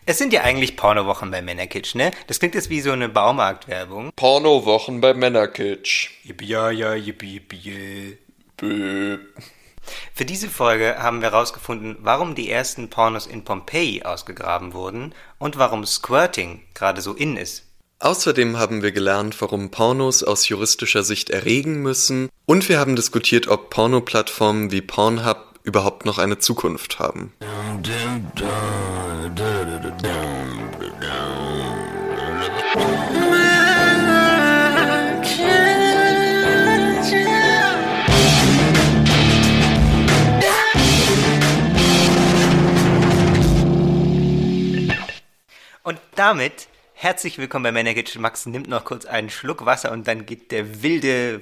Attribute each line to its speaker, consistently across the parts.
Speaker 1: Es sind ja eigentlich Pornowochen bei Männerkitsch, ne? Das klingt jetzt wie so eine Baumarktwerbung.
Speaker 2: Pornowochen bei Männerkitsch.
Speaker 1: Yippie, ja, ja, yippie, yippie.
Speaker 2: Böp.
Speaker 1: Für diese Folge haben wir herausgefunden, warum die ersten Pornos in Pompeji ausgegraben wurden und warum Squirting gerade so in ist.
Speaker 2: Außerdem haben wir gelernt, warum Pornos aus juristischer Sicht erregen müssen, und wir haben diskutiert, ob Pornoplattformen wie Pornhub überhaupt noch eine Zukunft haben.
Speaker 1: Und damit herzlich willkommen bei Männerkitsch. Max nimmt noch kurz einen Schluck Wasser und dann geht der wilde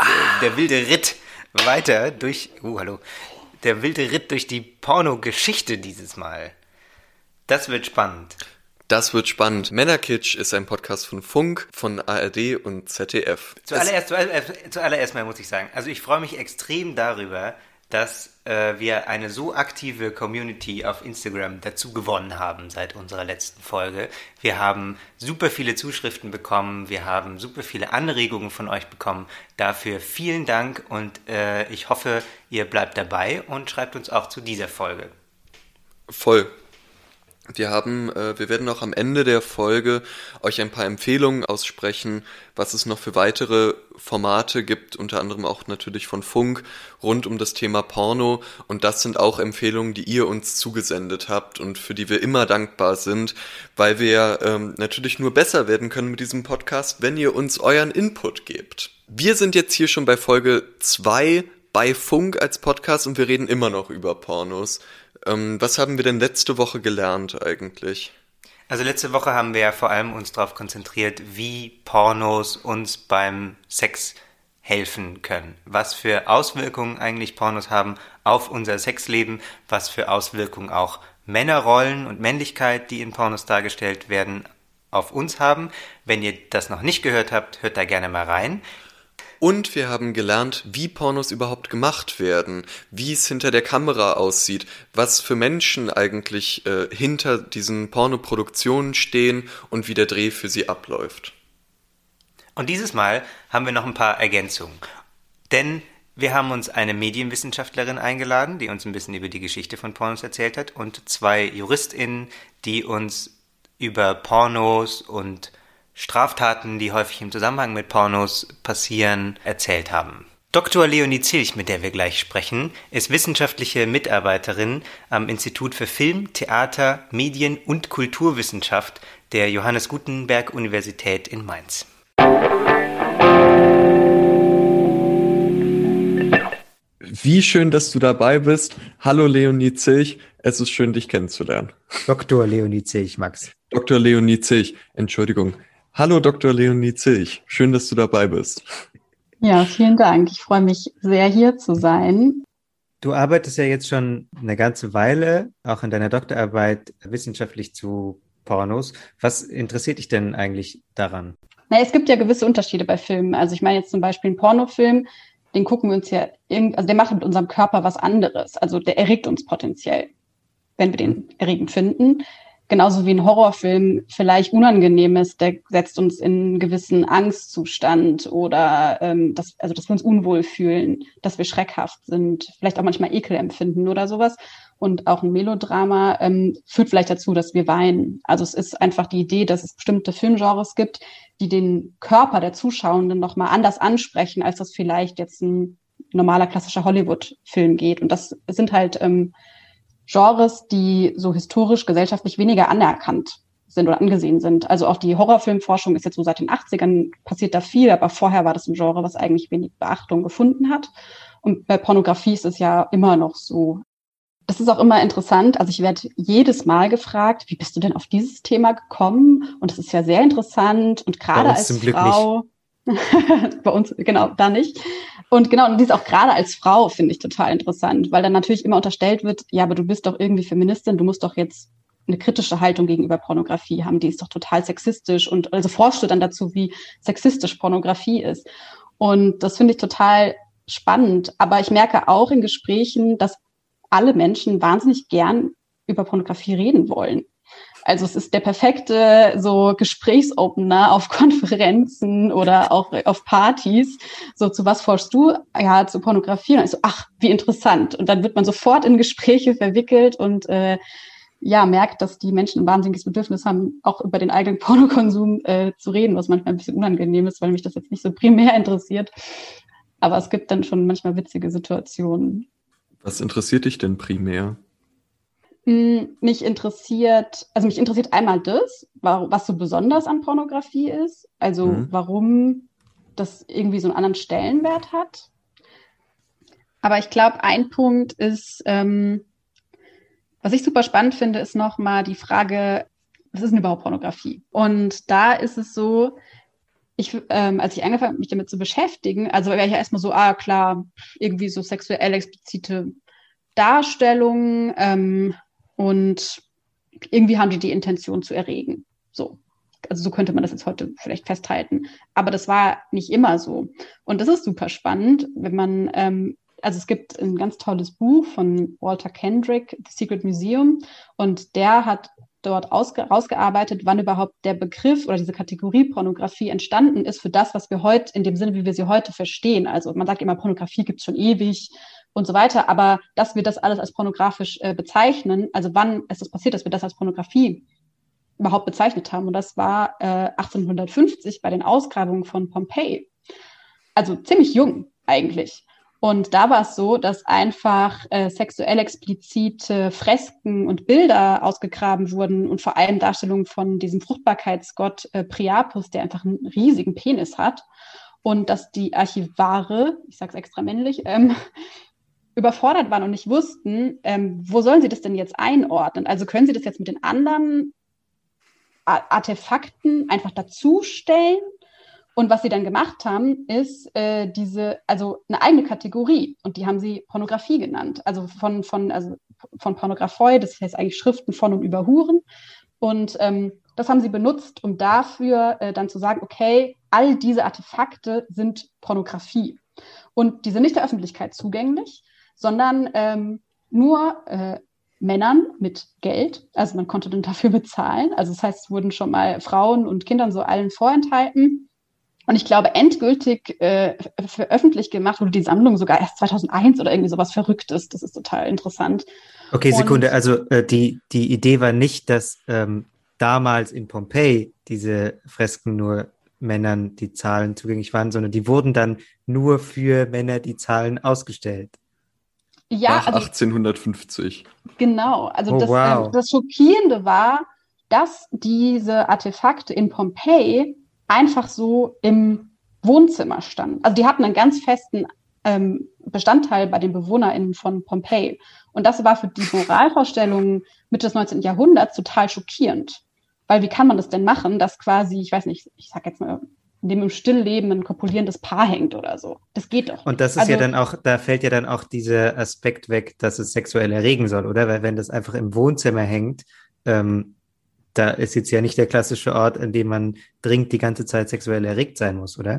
Speaker 1: Ritt weiter durch. Hallo. Der wilde Ritt durch die Pornogeschichte dieses Mal. Das wird spannend.
Speaker 2: Das wird spannend. Männerkitsch ist ein Podcast von Funk, von ARD und ZDF.
Speaker 1: Zuallererst mal muss ich sagen, also ich freue mich extrem darüber, dass wir eine so aktive Community auf Instagram dazu gewonnen haben seit unserer letzten Folge. Wir haben super viele Zuschriften bekommen, wir haben super viele Anregungen von euch bekommen. Dafür vielen Dank und ich hoffe, ihr bleibt dabei und schreibt uns auch zu dieser Folge.
Speaker 2: Voll. Wir werden auch am Ende der Folge euch ein paar Empfehlungen aussprechen, was es noch für weitere Formate gibt, unter anderem auch natürlich von Funk, rund um das Thema Porno. Und das sind auch Empfehlungen, die ihr uns zugesendet habt und für die wir immer dankbar sind, weil wir natürlich nur besser werden können mit diesem Podcast, wenn ihr uns euren Input gebt. Wir sind jetzt hier schon bei Folge 2 bei Funk als Podcast und wir reden immer noch über Pornos. Was haben wir denn letzte Woche gelernt eigentlich?
Speaker 1: Also letzte Woche haben wir ja vor allem uns darauf konzentriert, wie Pornos uns beim Sex helfen können. Was für Auswirkungen eigentlich Pornos haben auf unser Sexleben, was für Auswirkungen auch Männerrollen und Männlichkeit, die in Pornos dargestellt werden, auf uns haben. Wenn ihr das noch nicht gehört habt, hört da gerne mal rein.
Speaker 2: Und wir haben gelernt, wie Pornos überhaupt gemacht werden, wie es hinter der Kamera aussieht, was für Menschen eigentlich hinter diesen Pornoproduktionen stehen und wie der Dreh für sie abläuft.
Speaker 1: Und dieses Mal haben wir noch ein paar Ergänzungen. Denn wir haben uns eine Medienwissenschaftlerin eingeladen, die uns ein bisschen über die Geschichte von Pornos erzählt hat, und 2 JuristInnen, die uns über Pornos und Straftaten, die häufig im Zusammenhang mit Pornos passieren, erzählt haben. Dr. Leonie Zilch, mit der wir gleich sprechen, ist wissenschaftliche Mitarbeiterin am Institut für Film, Theater, Medien und Kulturwissenschaft der Johannes Gutenberg Universität in Mainz.
Speaker 2: Wie schön, dass du dabei bist. Hallo Leonie Zilch, es ist schön, dich kennenzulernen.
Speaker 1: Dr. Leonie Zilch, Max.
Speaker 2: Dr. Leonie Zilch, Entschuldigung. Hallo Dr. Leonie Zilch, schön, dass du dabei bist.
Speaker 3: Ja, vielen Dank. Ich freue mich sehr, hier zu sein.
Speaker 1: Du arbeitest ja jetzt schon eine ganze Weile, auch in deiner Doktorarbeit, wissenschaftlich zu Pornos. Was interessiert dich denn eigentlich daran?
Speaker 3: Es gibt ja gewisse Unterschiede bei Filmen. Also ich meine jetzt zum Beispiel einen Pornofilm, den gucken wir uns ja, also der macht mit unserem Körper was anderes. Also der erregt uns potenziell, wenn wir den erregend finden. Genauso wie ein Horrorfilm vielleicht unangenehm ist, der setzt uns in einen gewissen Angstzustand oder dass wir uns unwohl fühlen, dass wir schreckhaft sind, vielleicht auch manchmal Ekel empfinden oder sowas. Und auch ein Melodrama führt vielleicht dazu, dass wir weinen. Also es ist einfach die Idee, dass es bestimmte Filmgenres gibt, die den Körper der Zuschauenden nochmal anders ansprechen, als das vielleicht jetzt ein normaler klassischer Hollywood-Film geht. Und das sind halt Genres, die so historisch, gesellschaftlich weniger anerkannt sind oder angesehen sind. Also auch die Horrorfilmforschung ist jetzt so seit den 80ern passiert da viel, aber vorher war das ein Genre, was eigentlich wenig Beachtung gefunden hat. Und bei Pornografie ist es ja immer noch so. Das ist auch immer interessant. Also ich werde jedes Mal gefragt, wie bist du denn auf dieses Thema gekommen? Und das ist ja sehr interessant. Und gerade als Frau, bei uns, genau, da nicht. Und genau, und dies auch gerade als Frau finde ich total interessant, weil dann natürlich immer unterstellt wird, ja, aber du bist doch irgendwie Feministin, du musst doch jetzt eine kritische Haltung gegenüber Pornografie haben, die ist doch total sexistisch und also forschst du dann dazu, wie sexistisch Pornografie ist. Und das finde ich total spannend. Aber ich merke auch in Gesprächen, dass alle Menschen wahnsinnig gern über Pornografie reden wollen. Also es ist der perfekte so Gesprächsopener auf Konferenzen oder auch auf Partys. So, zu was forschst du? Ja, zu Pornografie. Und dann ist so, ach, wie interessant. Und dann wird man sofort in Gespräche verwickelt und merkt, dass die Menschen ein wahnsinniges Bedürfnis haben, auch über den eigenen Pornokonsum zu reden, was manchmal ein bisschen unangenehm ist, weil mich das jetzt nicht so primär interessiert. Aber es gibt dann schon manchmal witzige Situationen.
Speaker 2: Was interessiert dich denn primär?
Speaker 3: Mich interessiert einmal das, was so besonders an Pornografie ist, also warum das irgendwie so einen anderen Stellenwert hat. Aber ich glaube, ein Punkt ist, was ich super spannend finde, ist nochmal die Frage, was ist denn überhaupt Pornografie? Und da ist es so, als ich angefangen habe, mich damit zu beschäftigen, also wäre ich ja erstmal so, klar, irgendwie so sexuell explizite Darstellungen, und irgendwie haben die Intention zu erregen. So. Also so könnte man das jetzt heute vielleicht festhalten. Aber das war nicht immer so. Und das ist super spannend, wenn man, also es gibt ein ganz tolles Buch von Walter Kendrick, The Secret Museum, und der hat dort rausgearbeitet, wann überhaupt der Begriff oder diese Kategorie Pornografie entstanden ist für das, was wir heute, in dem Sinne, wie wir sie heute verstehen. Also man sagt immer, Pornografie gibt es schon ewig und so weiter, aber dass wir das alles als pornografisch bezeichnen, also wann ist es passiert, dass wir das als Pornografie überhaupt bezeichnet haben, und das war 1850 bei den Ausgrabungen von Pompeji. Also ziemlich jung eigentlich. Und da war es so, dass einfach sexuell explizite Fresken und Bilder ausgegraben wurden und vor allem Darstellungen von diesem Fruchtbarkeitsgott Priapus, der einfach einen riesigen Penis hat. Und dass die Archivare, ich sage es extra männlich, überfordert waren und nicht wussten, wo sollen sie das denn jetzt einordnen? Also können sie das jetzt mit den anderen Artefakten einfach dazustellen? Und was sie dann gemacht haben, ist also eine eigene Kategorie, und die haben sie Pornografie genannt. Also von Pornographoi, das heißt eigentlich Schriften von und über Huren. Und das haben sie benutzt, um dafür dann zu sagen, okay, all diese Artefakte sind Pornografie. Und die sind nicht der Öffentlichkeit zugänglich, sondern nur Männern mit Geld. Also man konnte dann dafür bezahlen. Also das heißt, es wurden schon mal Frauen und Kindern so allen vorenthalten. Und ich glaube, endgültig veröffentlicht gemacht wurde die Sammlung sogar erst 2001 oder irgendwie sowas Verrücktes. Das ist total interessant.
Speaker 1: Okay, Sekunde. Also die Idee war nicht, dass damals in Pompeji diese Fresken nur Männern, die Zahlen zugänglich waren, sondern die wurden dann nur für Männer, die Zahlen ausgestellt.
Speaker 3: Ja,
Speaker 2: nach 1850.
Speaker 3: Genau. Also
Speaker 1: wow.
Speaker 3: Das Schockierende war, dass diese Artefakte in Pompeji einfach so im Wohnzimmer standen. Also die hatten einen ganz festen Bestandteil bei den BewohnerInnen von Pompeji. Und das war für die Moralvorstellungen Mitte des 19. Jahrhunderts total schockierend. Weil wie kann man das denn machen, dass quasi, ich weiß nicht, ich sag jetzt mal, in dem im Stillleben ein kopulierendes Paar hängt oder so. Das geht doch.
Speaker 1: Und das ist ja dann auch, da fällt ja dann auch dieser Aspekt weg, dass es sexuell erregen soll, oder? Weil wenn das einfach im Wohnzimmer hängt, da ist jetzt ja nicht der klassische Ort, an dem man dringend die ganze Zeit sexuell erregt sein muss, oder?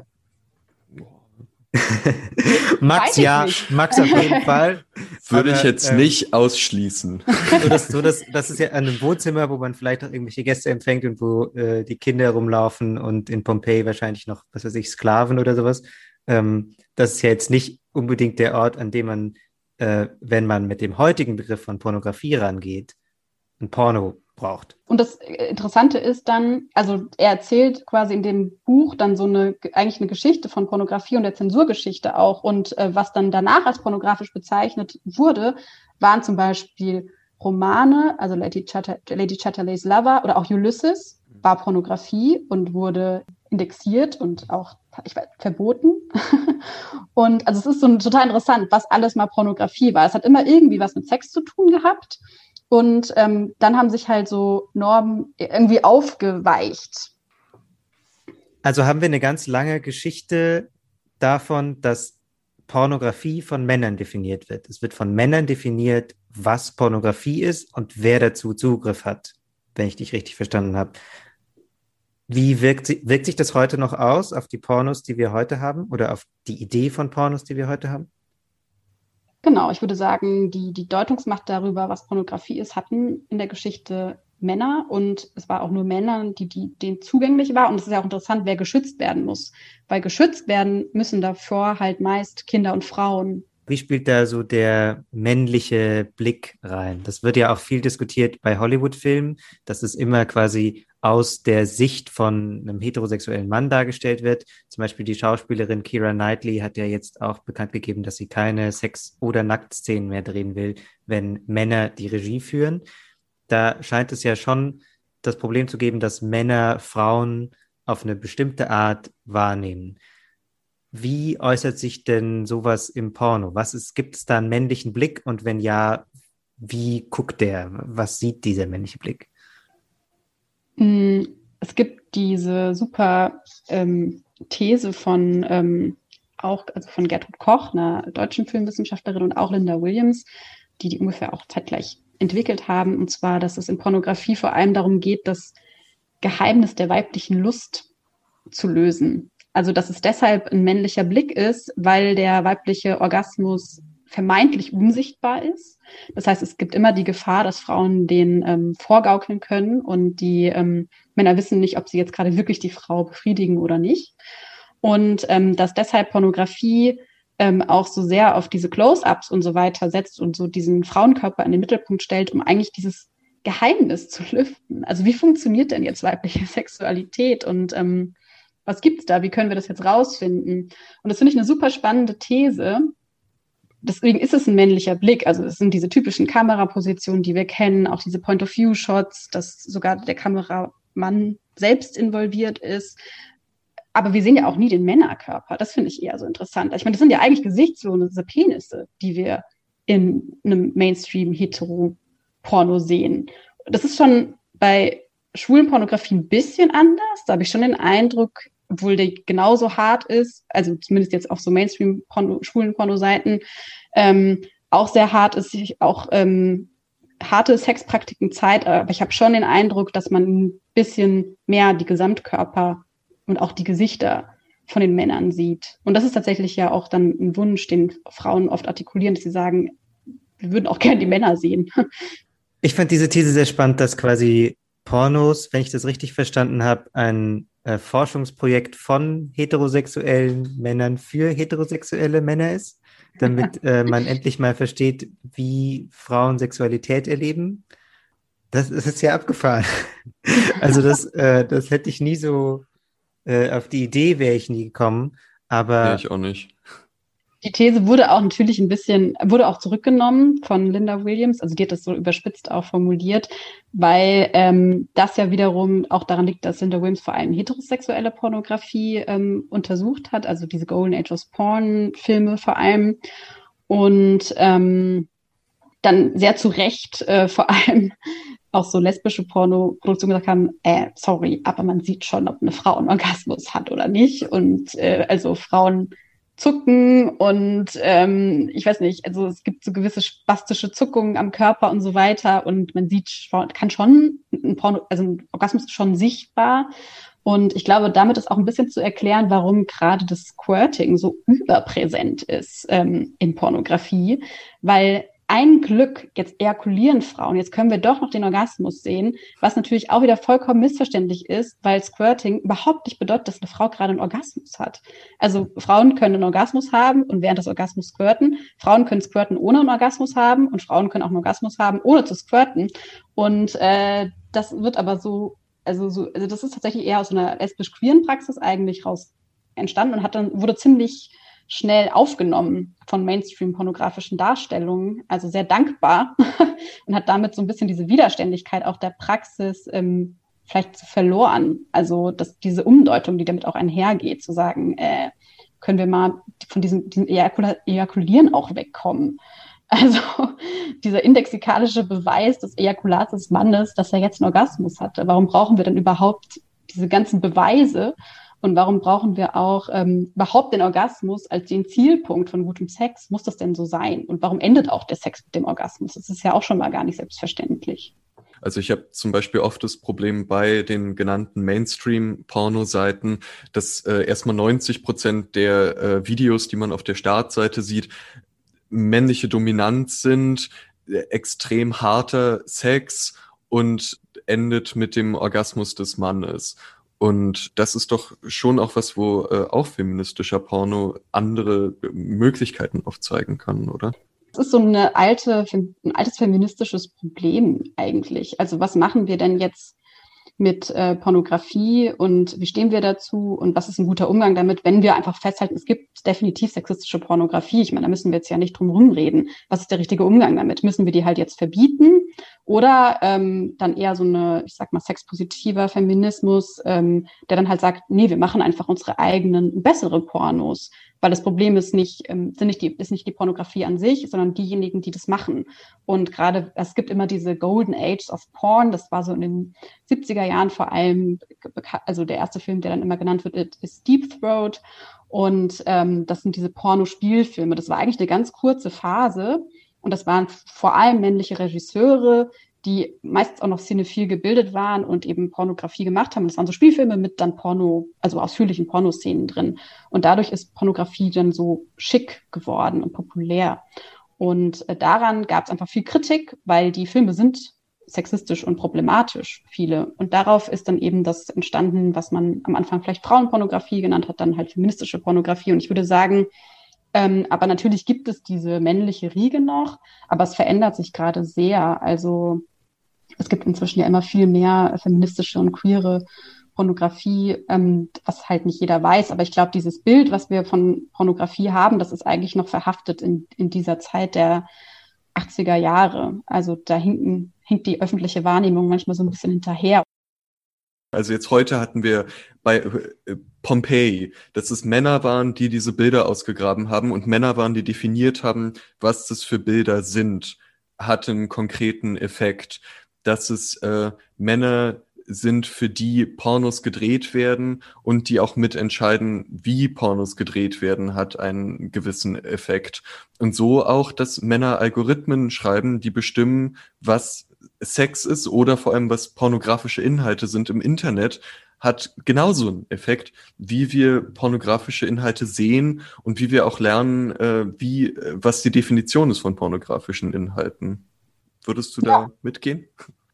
Speaker 1: Max, ja, Max auf jeden Fall.
Speaker 2: Würde ich jetzt nicht ausschließen.
Speaker 1: Das ist ja an einem Wohnzimmer, wo man vielleicht auch irgendwelche Gäste empfängt und wo die Kinder rumlaufen und in Pompeji wahrscheinlich noch, was weiß ich, Sklaven oder sowas. Das ist ja jetzt nicht unbedingt der Ort, an dem man, wenn man mit dem heutigen Begriff von Pornografie rangeht, ein Porno braucht.
Speaker 3: Und das Interessante ist dann, also er erzählt quasi in dem Buch dann so eigentlich eine Geschichte von Pornografie und der Zensurgeschichte auch, und was dann danach als pornografisch bezeichnet wurde, waren zum Beispiel Romane, also Lady Chatterley's Lover oder auch Ulysses war Pornografie und wurde indexiert und auch verboten. Und also es ist so total interessant, was alles mal Pornografie war. Es hat immer irgendwie was mit Sex zu tun gehabt. Und dann haben sich halt so Normen irgendwie aufgeweicht.
Speaker 1: Also haben wir eine ganz lange Geschichte davon, dass Pornografie von Männern definiert wird. Es wird von Männern definiert, was Pornografie ist und wer dazu Zugriff hat, wenn ich dich richtig verstanden habe. Wie wirkt sich das heute noch aus auf die Pornos, die wir heute haben, oder auf die Idee von Pornos, die wir heute haben?
Speaker 3: Genau, ich würde sagen, die Deutungsmacht darüber, was Pornografie ist, hatten in der Geschichte Männer und es war auch nur Männern, denen zugänglich war. Und es ist ja auch interessant, wer geschützt werden muss. Weil geschützt werden müssen davor halt meist Kinder und Frauen.
Speaker 1: Wie spielt da so der männliche Blick rein? Das wird ja auch viel diskutiert bei Hollywood-Filmen, dass es immer quasi aus der Sicht von einem heterosexuellen Mann dargestellt wird. Zum Beispiel die Schauspielerin Keira Knightley hat ja jetzt auch bekannt gegeben, dass sie keine Sex- oder Nacktszenen mehr drehen will, wenn Männer die Regie führen. Da scheint es ja schon das Problem zu geben, dass Männer Frauen auf eine bestimmte Art wahrnehmen. Wie äußert sich denn sowas im Porno? Gibt es da einen männlichen Blick? Und wenn ja, wie guckt der? Was sieht dieser männliche Blick?
Speaker 3: Es gibt diese super These von also von Gertrud Koch, einer deutschen Filmwissenschaftlerin, und auch Linda Williams, die ungefähr auch zeitgleich entwickelt haben. Und zwar, dass es in Pornografie vor allem darum geht, das Geheimnis der weiblichen Lust zu lösen. Also, dass es deshalb ein männlicher Blick ist, weil der weibliche Orgasmus vermeintlich unsichtbar ist. Das heißt, es gibt immer die Gefahr, dass Frauen den vorgaukeln können und die Männer wissen nicht, ob sie jetzt gerade wirklich die Frau befriedigen oder nicht. Und dass deshalb Pornografie auch so sehr auf diese Close-ups und so weiter setzt und so diesen Frauenkörper in den Mittelpunkt stellt, um eigentlich dieses Geheimnis zu lüften. Also wie funktioniert denn jetzt weibliche Sexualität und was gibt's da? Wie können wir das jetzt rausfinden? Und das finde ich eine super spannende These. Deswegen ist es ein männlicher Blick. Also es sind diese typischen Kamerapositionen, die wir kennen, auch diese Point-of-View-Shots, dass sogar der Kameramann selbst involviert ist. Aber wir sehen ja auch nie den Männerkörper. Das finde ich eher so interessant. Ich meine, das sind ja eigentlich gesichtslose Penisse, die wir in einem Mainstream-Hetero-Porno sehen. Das ist schon bei schwulen Pornografie ein bisschen anders. Da habe ich schon den Eindruck, obwohl der genauso hart ist, also zumindest jetzt auf so Mainstream-schwulen Pornoseiten, auch sehr hart ist, auch harte Sexpraktiken zeigt, aber ich habe schon den Eindruck, dass man ein bisschen mehr die Gesamtkörper und auch die Gesichter von den Männern sieht. Und das ist tatsächlich ja auch dann ein Wunsch, den Frauen oft artikulieren, dass sie sagen, wir würden auch gerne die Männer sehen.
Speaker 1: Ich fand diese These sehr spannend, dass quasi Pornos, wenn ich das richtig verstanden habe, ein Forschungsprojekt von heterosexuellen Männern für heterosexuelle Männer ist, damit man endlich mal versteht, wie Frauen Sexualität erleben. Das ist ja abgefahren. Also das hätte ich nie so, auf die Idee wäre ich nie gekommen, aber...
Speaker 2: Nee, ich auch nicht.
Speaker 3: Die These wurde auch zurückgenommen von Linda Williams, also die hat das so überspitzt auch formuliert, weil das ja wiederum auch daran liegt, dass Linda Williams vor allem heterosexuelle Pornografie untersucht hat, also diese Golden Age of Porn-Filme vor allem, und dann sehr zu Recht vor allem auch so lesbische Pornoproduktionen gesagt haben, sorry, aber man sieht schon, ob eine Frau einen Orgasmus hat oder nicht, und also Frauen zucken und ich weiß nicht, also es gibt so gewisse spastische Zuckungen am Körper und so weiter und man kann schon ein Orgasmus ist schon sichtbar, und ich glaube, damit ist auch ein bisschen zu erklären, warum gerade das Squirting so überpräsent ist in Pornografie, weil ein Glück, jetzt ejakulieren Frauen, jetzt können wir doch noch den Orgasmus sehen, was natürlich auch wieder vollkommen missverständlich ist, weil Squirting überhaupt nicht bedeutet, dass eine Frau gerade einen Orgasmus hat. Also Frauen können einen Orgasmus haben und während des Orgasmus squirten. Frauen können squirten ohne einen Orgasmus haben und Frauen können auch einen Orgasmus haben, ohne zu squirten. Und das wird aber also das ist tatsächlich eher aus einer lesbisch-queeren Praxis eigentlich raus entstanden und wurde ziemlich schnell aufgenommen von Mainstream-pornografischen Darstellungen, also sehr dankbar und hat damit so ein bisschen diese Widerständigkeit auch der Praxis vielleicht verloren. Also diese Umdeutung, die damit auch einhergeht, zu sagen, können wir mal von diesem Ejakulieren auch wegkommen. Also dieser indexikalische Beweis des Ejakulats des Mannes, dass er jetzt einen Orgasmus hatte. Warum brauchen wir denn überhaupt diese ganzen Beweise? Und warum brauchen wir auch überhaupt den Orgasmus als den Zielpunkt von gutem Sex? Muss das denn so sein? Und warum endet auch der Sex mit dem Orgasmus? Das ist ja auch schon mal gar nicht selbstverständlich.
Speaker 2: Also ich habe zum Beispiel oft das Problem bei den genannten Mainstream-Porno-Seiten, dass erstmal 90% der Videos, die man auf der Startseite sieht, männliche Dominanz sind, extrem harter Sex und endet mit dem Orgasmus des Mannes. Und das ist doch schon auch was, wo auch feministischer Porno andere Möglichkeiten aufzeigen kann, oder?
Speaker 3: Das ist so ein altes feministisches Problem eigentlich. Also was machen wir denn jetzt mit Pornografie und wie stehen wir dazu und was ist ein guter Umgang damit, wenn wir einfach festhalten, es gibt definitiv sexistische Pornografie. Ich meine, da müssen wir jetzt ja nicht drum rumreden. Was ist der richtige Umgang damit? Müssen wir die halt jetzt verbieten oder dann eher so eine, ich sag mal, sexpositiver Feminismus, der dann halt sagt, nee, wir machen einfach unsere eigenen bessere Pornos. Weil das Problem ist nicht die Pornografie an sich, sondern diejenigen, die das machen. Und gerade, es gibt immer diese Golden Age of Porn, das war so in den 70er Jahren vor allem, also der erste Film, der dann immer genannt wird, ist Deep Throat. Und das sind diese Pornospielfilme. Das war eigentlich eine ganz kurze Phase. Und das waren vor allem männliche Regisseure, die meistens auch noch cinephil gebildet waren und eben Pornografie gemacht haben. Das waren so Spielfilme mit dann also ausführlichen Pornoszenen drin. Und dadurch ist Pornografie dann so schick geworden und populär. Und daran gab es einfach viel Kritik, weil die Filme sind sexistisch und problematisch, viele. Und darauf ist dann eben das entstanden, was man am Anfang vielleicht Frauenpornografie genannt hat, dann halt feministische Pornografie. Und ich würde sagen, aber natürlich gibt es diese männliche Riege noch, aber es verändert sich gerade sehr. Also es gibt inzwischen ja immer viel mehr feministische und queere Pornografie, was halt nicht jeder weiß. Aber ich glaube, dieses Bild, was wir von Pornografie haben, das ist eigentlich noch verhaftet in dieser Zeit der 80er Jahre. Also da hinkt die öffentliche Wahrnehmung manchmal so ein bisschen hinterher.
Speaker 2: Also jetzt heute hatten wir bei Pompeii, dass es Männer waren, die diese Bilder ausgegraben haben und Männer waren, die definiert haben, was das für Bilder sind, hat einen konkreten Effekt. Dass es Männer sind, für die Pornos gedreht werden und die auch mitentscheiden, wie Pornos gedreht werden, hat einen gewissen Effekt. Und so auch, dass Männer Algorithmen schreiben, die bestimmen, was Sex ist oder vor allem, was pornografische Inhalte sind im Internet, hat genauso einen Effekt, wie wir pornografische Inhalte sehen und wie wir auch lernen, was die Definition ist von pornografischen Inhalten. Würdest du da mitgehen?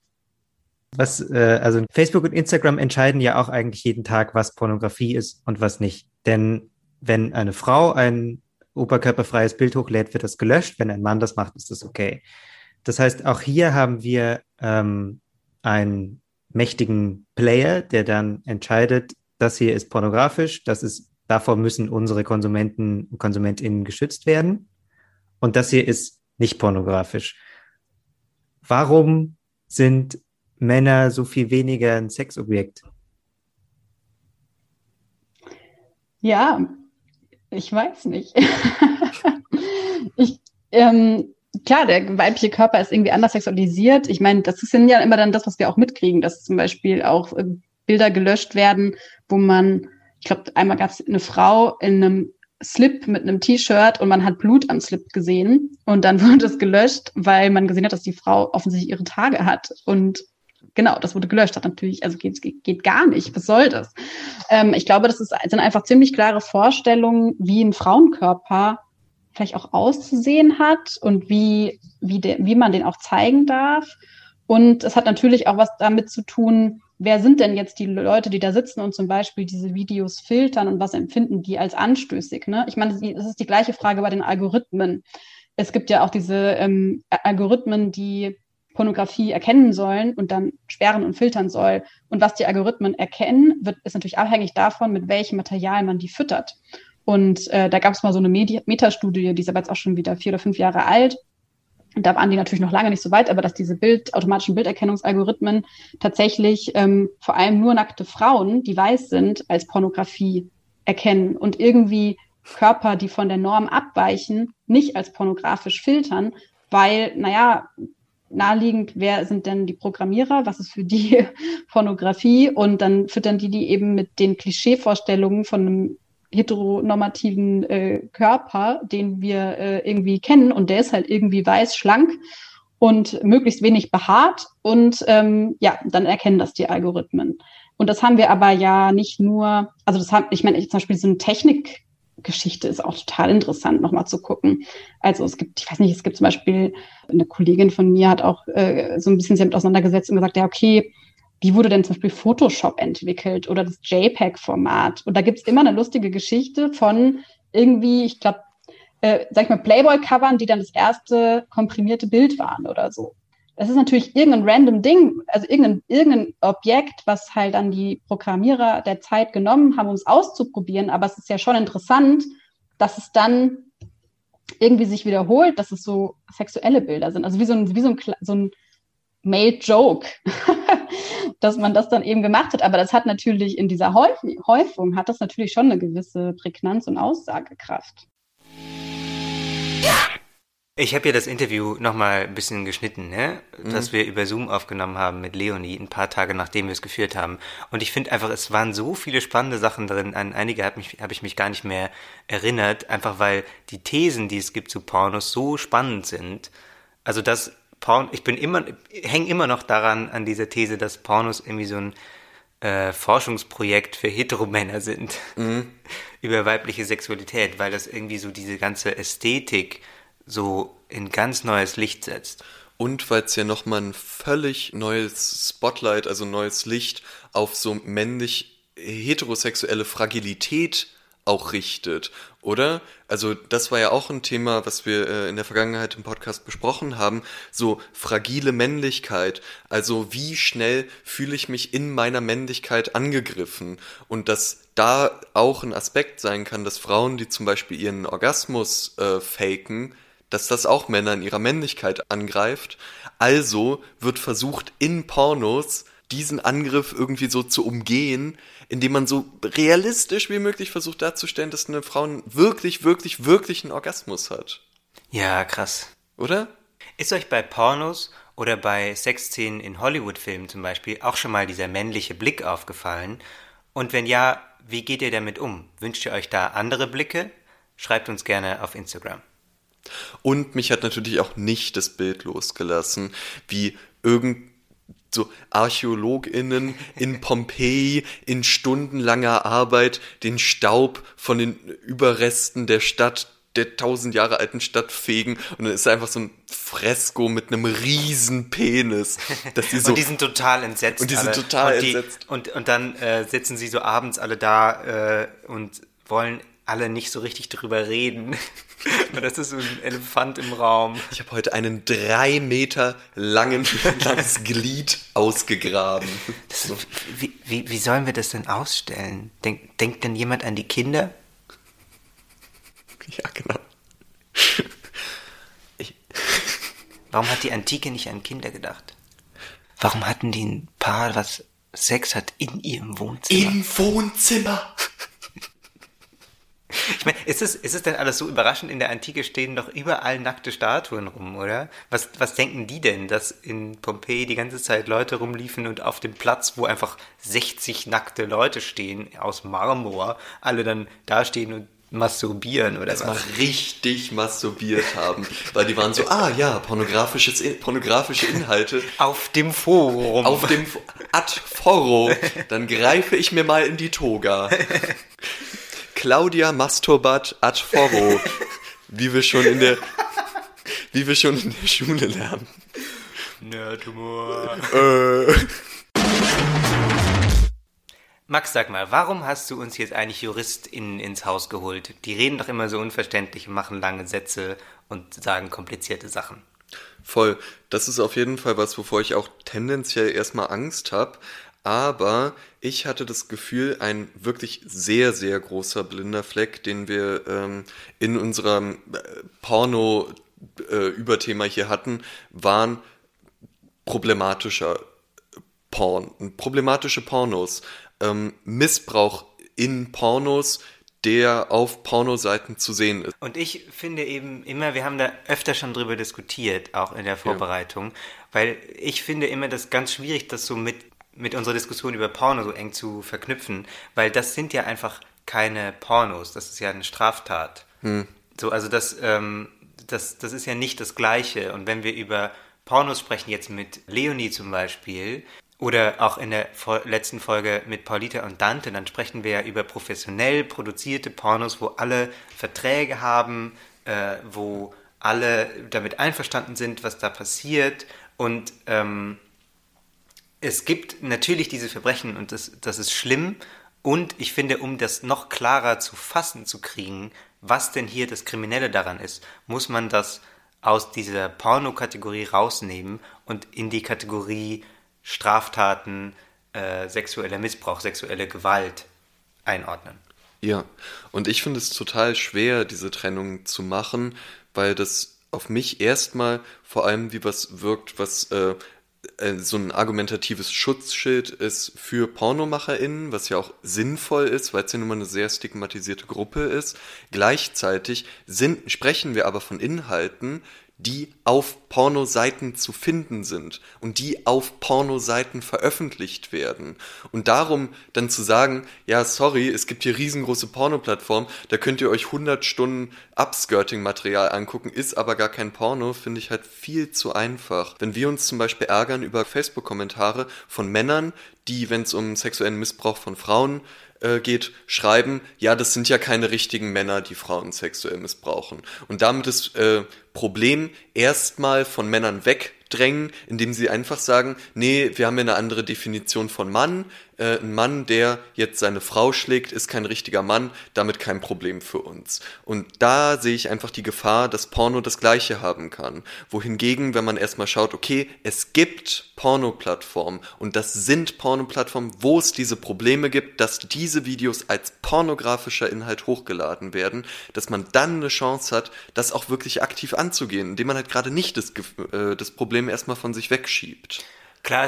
Speaker 1: Also Facebook und Instagram entscheiden ja auch eigentlich jeden Tag, was Pornografie ist und was nicht. Denn wenn eine Frau ein oberkörperfreies Bild hochlädt, wird das gelöscht. Wenn ein Mann das macht, ist das okay. Das heißt, auch hier haben wir einen mächtigen Player, der dann entscheidet, das hier ist pornografisch, davor müssen unsere Konsumenten und KonsumentInnen geschützt werden. Und das hier ist nicht pornografisch. Warum sind Männer so viel weniger ein Sexobjekt?
Speaker 3: Ja, ich weiß nicht. Klar, der weibliche Körper ist irgendwie anders sexualisiert. Ich meine, das ist ja immer dann das, was wir auch mitkriegen, dass zum Beispiel auch Bilder gelöscht werden, wo ich glaube, einmal gab es eine Frau in einem Slip mit einem T-Shirt und man hat Blut am Slip gesehen und dann wurde es gelöscht, weil man gesehen hat, dass die Frau offensichtlich ihre Tage hat und genau, das wurde gelöscht, hat natürlich, also geht gar nicht, was soll das? Ich glaube, sind einfach ziemlich klare Vorstellungen, wie ein Frauenkörper vielleicht auch auszusehen hat und wie man den auch zeigen darf. Und es hat natürlich auch was damit zu tun, wer sind denn jetzt die Leute, die da sitzen und zum Beispiel diese Videos filtern und was empfinden die als anstößig, ne? Ich meine, das ist die gleiche Frage bei den Algorithmen. Es gibt ja auch diese Algorithmen, die Pornografie erkennen sollen und dann sperren und filtern soll. Und was die Algorithmen erkennen, ist natürlich abhängig davon, mit welchem Material man die füttert. Und da gab es mal so eine Metastudie, die ist aber jetzt auch schon wieder 4 oder 5 Jahre alt. Und da waren die natürlich noch lange nicht so weit, aber dass diese automatischen Bilderkennungsalgorithmen tatsächlich vor allem nur nackte Frauen, die weiß sind, als Pornografie erkennen und irgendwie Körper, die von der Norm abweichen, nicht als pornografisch filtern, weil, naheliegend, wer sind denn die Programmierer, was ist für die Pornografie und dann füttern die eben mit den Klischeevorstellungen von einem heteronormativen Körper, den wir irgendwie kennen und der ist halt irgendwie weiß, schlank und möglichst wenig behaart und dann erkennen das die Algorithmen. Und das haben wir aber ja nicht nur, also zum Beispiel so ein Geschichte ist auch total interessant, nochmal zu gucken. Also es gibt zum Beispiel eine Kollegin von mir hat auch so ein bisschen sich damit auseinandergesetzt und gesagt, ja, okay, wie wurde denn zum Beispiel Photoshop entwickelt oder das JPEG-Format? Und da gibt es immer eine lustige Geschichte von irgendwie, ich glaube, sag ich mal, Playboy-Covern, die dann das erste komprimierte Bild waren oder so. Das ist natürlich irgendein random Ding, also irgendein Objekt, was halt dann die Programmierer der Zeit genommen haben, um es auszuprobieren. Aber es ist ja schon interessant, dass es dann irgendwie sich wiederholt, dass es so sexuelle Bilder sind. Also wie so ein Male-Joke, dass man das dann eben gemacht hat. Aber das hat natürlich in dieser Häufung hat das natürlich schon eine gewisse Prägnanz und Aussagekraft.
Speaker 1: Ich habe ja das Interview nochmal ein bisschen geschnitten, ne? Das wir über Zoom aufgenommen haben mit Leonie, ein paar Tage nachdem wir es geführt haben. Und ich finde einfach, es waren so viele spannende Sachen drin. An einige habe ich mich gar nicht mehr erinnert, einfach weil die Thesen, die es gibt zu Pornos, so spannend sind. Also ich hänge immer noch daran, an dieser These, dass Pornos irgendwie so ein Forschungsprojekt für Heteromänner sind. Über weibliche Sexualität, weil das irgendwie so diese ganze Ästhetik so in ganz neues Licht setzt.
Speaker 2: Und weil es ja nochmal ein völlig neues Spotlight, also neues Licht auf so männlich heterosexuelle Fragilität auch richtet, oder? Also das war ja auch ein Thema, was wir in der Vergangenheit im Podcast besprochen haben, so fragile Männlichkeit, also wie schnell fühle ich mich in meiner Männlichkeit angegriffen und dass da auch ein Aspekt sein kann, dass Frauen, die zum Beispiel ihren Orgasmus faken, dass das auch Männer in ihrer Männlichkeit angreift. Also wird versucht, in Pornos diesen Angriff irgendwie so zu umgehen, indem man so realistisch wie möglich versucht darzustellen, dass eine Frau wirklich, wirklich, wirklich einen Orgasmus hat.
Speaker 1: Ja, krass.
Speaker 2: Oder?
Speaker 1: Ist euch bei Pornos oder bei Sexszenen in Hollywood-Filmen zum Beispiel auch schon mal dieser männliche Blick aufgefallen? Und wenn ja, wie geht ihr damit um? Wünscht ihr euch da andere Blicke? Schreibt uns gerne auf Instagram.
Speaker 2: Und mich hat natürlich auch nicht das Bild losgelassen, wie so ArchäologInnen in Pompeji in stundenlanger Arbeit den Staub von den Überresten der 1000 Jahre alten Stadt fegen und dann ist da einfach so ein Fresko mit einem riesen Penis. Dass die so
Speaker 1: und die sind total entsetzt.
Speaker 2: Und die sind total entsetzt.
Speaker 1: Und dann sitzen sie so abends alle da und wollen alle nicht so richtig drüber reden. Und das ist so ein Elefant im Raum.
Speaker 2: Ich habe heute einen 3 Meter langes Glied ausgegraben.
Speaker 1: Wie sollen wir das denn ausstellen? Denkt denn jemand an die Kinder?
Speaker 2: Ja, genau.
Speaker 1: Warum hat die Antike nicht an Kinder gedacht? Warum hatten die ein Paar, was Sex hat, in ihrem Wohnzimmer?
Speaker 2: Im Wohnzimmer!
Speaker 1: Ich meine, ist es denn alles so überraschend? In der Antike stehen doch überall nackte Statuen rum, oder? Was denken die denn, dass in Pompeji die ganze Zeit Leute rumliefen und auf dem Platz, wo einfach 60 nackte Leute stehen, aus Marmor, alle dann da stehen und masturbieren, oder
Speaker 2: was? Mal richtig masturbiert haben, weil die waren so, pornografische Inhalte.
Speaker 1: Auf dem Forum.
Speaker 2: Ad Foro. Dann greife ich mir mal in die Toga. Claudia masturbat ad foro, wie wir schon in der Schule lernen.
Speaker 1: Nerdhumor. Max, sag mal, warum hast du uns jetzt eigentlich JuristInnen ins Haus geholt? Die reden doch immer so unverständlich und machen lange Sätze und sagen komplizierte Sachen.
Speaker 2: Voll. Das ist auf jeden Fall was, wovor ich auch tendenziell erstmal Angst habe. Aber ich hatte das Gefühl, ein wirklich sehr, sehr großer blinder Fleck, den wir in unserem Porno-Überthema hier hatten, waren problematische Pornos. Missbrauch in Pornos, der auf Pornoseiten zu sehen ist.
Speaker 1: Und ich finde eben immer, wir haben da öfter schon drüber diskutiert, auch in der Vorbereitung, weil ich finde immer das ganz schwierig, das so mit unserer Diskussion über Porno so eng zu verknüpfen, weil das sind ja einfach keine Pornos, das ist ja eine Straftat. So, also das ist ja nicht das Gleiche. Und wenn wir über Pornos sprechen, jetzt mit Leonie zum Beispiel, Oder auch in der letzten Folge mit Paulita und Dante, dann sprechen wir ja über professionell produzierte Pornos, wo alle Verträge haben, wo alle damit einverstanden sind, was da passiert. Und es gibt natürlich diese Verbrechen und das ist schlimm. Und ich finde, um das noch klarer zu fassen zu kriegen, was denn hier das Kriminelle daran ist, muss man das aus dieser Porno-Kategorie rausnehmen und in die Kategorie Straftaten, sexueller Missbrauch, sexuelle Gewalt einordnen.
Speaker 2: Ja, und ich finde es total schwer, diese Trennung zu machen, weil das auf mich erstmal vor allem wie was wirkt, was so ein argumentatives Schutzschild ist für PornomacherInnen, was ja auch sinnvoll ist, weil es ja nun mal eine sehr stigmatisierte Gruppe ist. Gleichzeitig sprechen wir aber von Inhalten, die auf Pornoseiten zu finden sind und die auf Pornoseiten veröffentlicht werden. Und darum dann zu sagen, ja, sorry, es gibt hier riesengroße Pornoplattformen, da könnt ihr euch 100 Stunden Upskirting-Material angucken, ist aber gar kein Porno, finde ich halt viel zu einfach. Wenn wir uns zum Beispiel ärgern über Facebook-Kommentare von Männern, die, wenn es um sexuellen Missbrauch von Frauen geht, schreiben, ja, das sind ja keine richtigen Männer, die Frauen sexuell missbrauchen. Und damit das Problem erstmal von Männern wegdrängen, indem sie einfach sagen, nee, wir haben ja eine andere Definition von Mann. Ein Mann, der jetzt seine Frau schlägt, ist kein richtiger Mann, damit kein Problem für uns. Und da sehe ich einfach die Gefahr, dass Porno das Gleiche haben kann. Wohingegen, wenn man erstmal schaut, okay, es gibt Pornoplattformen und das sind Pornoplattformen, wo es diese Probleme gibt, dass diese Videos als pornografischer Inhalt hochgeladen werden, dass man dann eine Chance hat, das auch wirklich aktiv anzugehen, indem man halt gerade nicht das Problem erstmal von sich wegschiebt.
Speaker 1: Klar,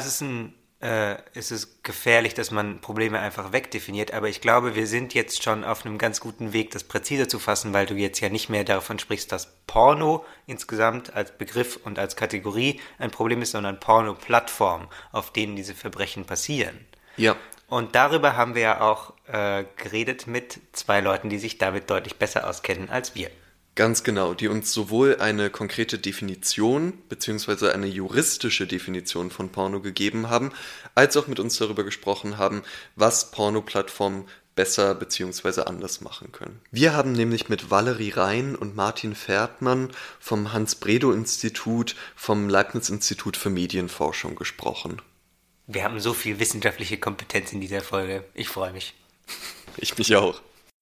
Speaker 1: es ist gefährlich, dass man Probleme einfach wegdefiniert, aber ich glaube, wir sind jetzt schon auf einem ganz guten Weg, das präziser zu fassen, weil du jetzt ja nicht mehr davon sprichst, dass Porno insgesamt als Begriff und als Kategorie ein Problem ist, sondern Porno-Plattformen, auf denen diese Verbrechen passieren.
Speaker 2: Ja.
Speaker 1: Und darüber haben wir ja auch geredet mit 2 Leuten, die sich damit deutlich besser auskennen als wir.
Speaker 2: Ganz genau, die uns sowohl eine konkrete Definition bzw. eine juristische Definition von Porno gegeben haben, als auch mit uns darüber gesprochen haben, was Pornoplattformen besser bzw. anders machen können. Wir haben nämlich mit Valerie Rhein und Martin Pferdmann vom Hans-Bredow-Institut, vom Leibniz-Institut für Medienforschung gesprochen.
Speaker 1: Wir haben so viel wissenschaftliche Kompetenz in dieser Folge. Ich freue mich.
Speaker 2: Ich mich auch.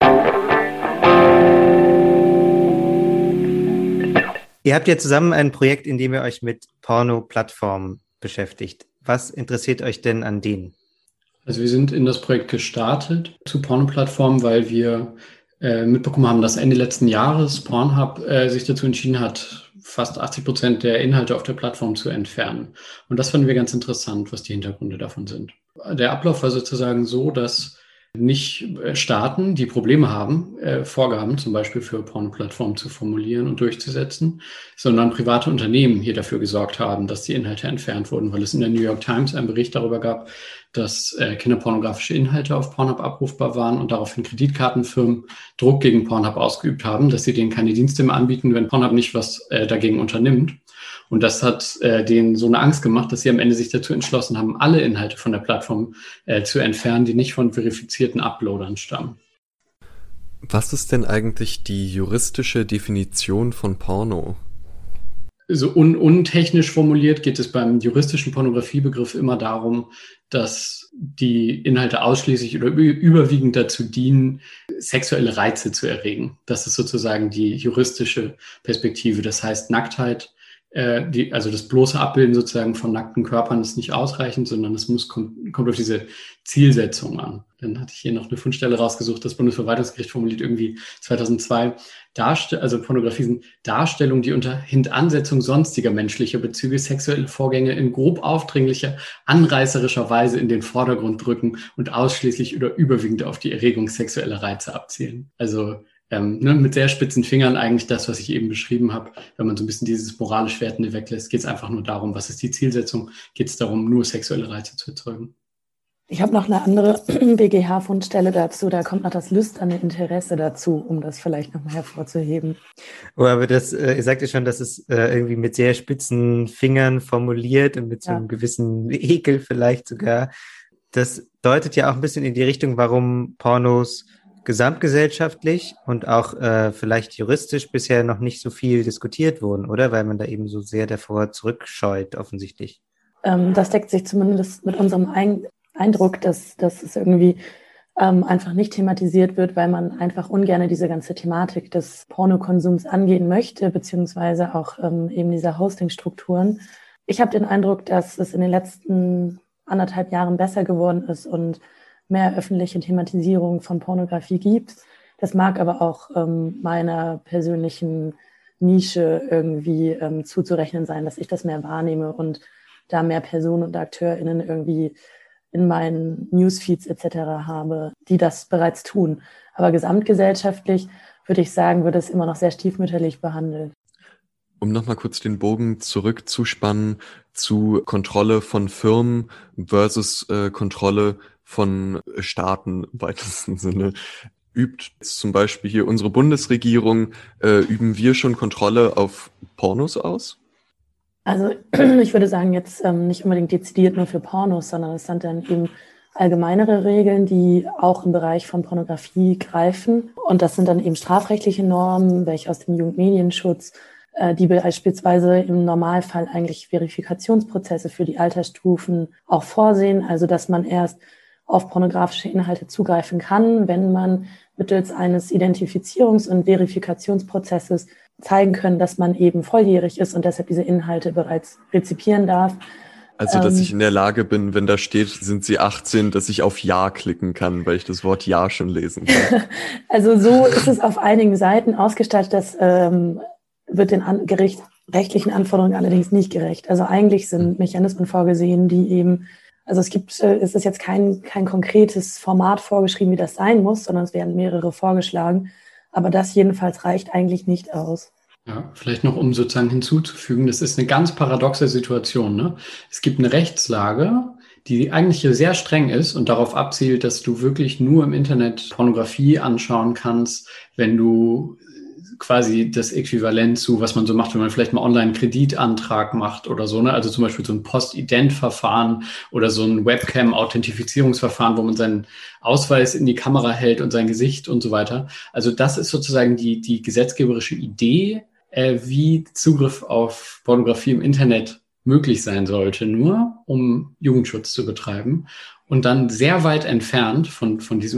Speaker 1: Ihr habt ja zusammen ein Projekt, in dem ihr euch mit Porno-Plattformen beschäftigt. Was interessiert euch denn an denen?
Speaker 4: Also wir sind in das Projekt gestartet zu Porno-Plattformen, weil wir mitbekommen haben, dass Ende letzten Jahres Pornhub sich dazu entschieden hat, fast 80% der Inhalte auf der Plattform zu entfernen. Und das fanden wir ganz interessant, was die Hintergründe davon sind. Der Ablauf war sozusagen so, dass nicht Staaten, die Probleme haben, Vorgaben zum Beispiel für Pornoplattformen zu formulieren und durchzusetzen, sondern private Unternehmen hier dafür gesorgt haben, dass die Inhalte entfernt wurden, weil es in der New York Times einen Bericht darüber gab, dass kinderpornografische Inhalte auf Pornhub abrufbar waren und daraufhin Kreditkartenfirmen Druck gegen Pornhub ausgeübt haben, dass sie denen keine Dienste mehr anbieten, wenn Pornhub nicht was dagegen unternimmt. Und das hat denen so eine Angst gemacht, dass sie am Ende sich dazu entschlossen haben, alle Inhalte von der Plattform zu entfernen, die nicht von verifizierten Uploadern stammen.
Speaker 2: Was ist denn eigentlich die juristische Definition von Porno?
Speaker 4: So untechnisch formuliert geht es beim juristischen Pornografiebegriff immer darum, dass die Inhalte ausschließlich oder überwiegend dazu dienen, sexuelle Reize zu erregen. Das ist sozusagen die juristische Perspektive. Das heißt, Nacktheit, also das bloße Abbilden sozusagen von nackten Körpern ist nicht ausreichend, sondern es kommt auf diese Zielsetzung an. Dann hatte ich hier noch eine Fundstelle rausgesucht, das Bundesverwaltungsgericht formuliert irgendwie 2002, also Pornografie sind Darstellungen, die unter Hintansetzung sonstiger menschlicher Bezüge sexuelle Vorgänge in grob aufdringlicher, anreißerischer Weise in den Vordergrund drücken und ausschließlich oder überwiegend auf die Erregung sexueller Reize abzielen. Also mit sehr spitzen Fingern eigentlich das, was ich eben beschrieben habe. Wenn man so ein bisschen dieses moralisch Wertende weglässt, geht es einfach nur darum, was ist die Zielsetzung? Geht es darum, nur sexuelle Reize zu erzeugen?
Speaker 5: Ich habe noch eine andere BGH-Fundstelle dazu. Da kommt noch das lüsterne Interesse dazu, um das vielleicht nochmal hervorzuheben.
Speaker 1: Oh, aber das, ihr sagt ja schon, dass es irgendwie mit sehr spitzen Fingern formuliert und mit so einem gewissen Ekel vielleicht sogar. Das deutet ja auch ein bisschen in die Richtung, warum Pornos gesamtgesellschaftlich und auch vielleicht juristisch bisher noch nicht so viel diskutiert wurden, oder? Weil man da eben so sehr davor zurückscheut, offensichtlich.
Speaker 5: Das deckt sich zumindest mit unserem Eindruck, dass es irgendwie einfach nicht thematisiert wird, weil man einfach ungern diese ganze Thematik des Pornokonsums angehen möchte, beziehungsweise auch eben dieser Hostingstrukturen. Ich habe den Eindruck, dass es in den letzten 1,5 Jahren besser geworden ist und mehr öffentliche Thematisierung von Pornografie gibt. Das mag aber auch meiner persönlichen Nische irgendwie zuzurechnen sein, dass ich das mehr wahrnehme und da mehr Personen und AkteurInnen irgendwie in meinen Newsfeeds etc. habe, die das bereits tun. Aber gesamtgesellschaftlich würde ich sagen, wird es immer noch sehr stiefmütterlich behandelt.
Speaker 2: Um nochmal kurz den Bogen zurückzuspannen zu Kontrolle von Firmen versus Kontrolle von Staaten im weitesten Sinne. Übt zum Beispiel hier unsere Bundesregierung, üben wir schon Kontrolle auf Pornos aus?
Speaker 5: Also ich würde sagen, jetzt nicht unbedingt dezidiert nur für Pornos, sondern es sind dann eben allgemeinere Regeln, die auch im Bereich von Pornografie greifen. Und das sind dann eben strafrechtliche Normen, welche aus dem Jugendmedienschutz, die beispielsweise im Normalfall eigentlich Verifikationsprozesse für die Altersstufen auch vorsehen. Also dass man erst auf pornografische Inhalte zugreifen kann, wenn man mittels eines Identifizierungs- und Verifikationsprozesses zeigen können, dass man eben volljährig ist und deshalb diese Inhalte bereits rezipieren darf.
Speaker 2: Also, dass ich in der Lage bin, wenn da steht, sind Sie 18, dass ich auf Ja klicken kann, weil ich das Wort Ja schon lesen kann.
Speaker 5: Also so ist es auf einigen Seiten ausgestaltet, das wird den rechtlichen Anforderungen allerdings nicht gerecht. Also eigentlich sind Mechanismen vorgesehen, die eben, also es ist jetzt kein konkretes Format vorgeschrieben, wie das sein muss, sondern es werden mehrere vorgeschlagen. Aber das jedenfalls reicht eigentlich nicht aus.
Speaker 4: Ja, vielleicht noch, um sozusagen hinzuzufügen, das ist eine ganz paradoxe Situation, ne? Es gibt eine Rechtslage, die eigentlich sehr streng ist und darauf abzielt, dass du wirklich nur im Internet Pornografie anschauen kannst, wenn du quasi das Äquivalent zu, was man so macht, wenn man vielleicht mal online einen Kreditantrag macht oder so, ne? Also zum Beispiel so ein Postident-Verfahren oder so ein Webcam-Authentifizierungsverfahren, wo man seinen Ausweis in die Kamera hält und sein Gesicht und so weiter. Also das ist sozusagen die gesetzgeberische Idee, wie Zugriff auf Pornografie im Internet möglich sein sollte, nur um Jugendschutz zu betreiben. Und dann sehr weit entfernt von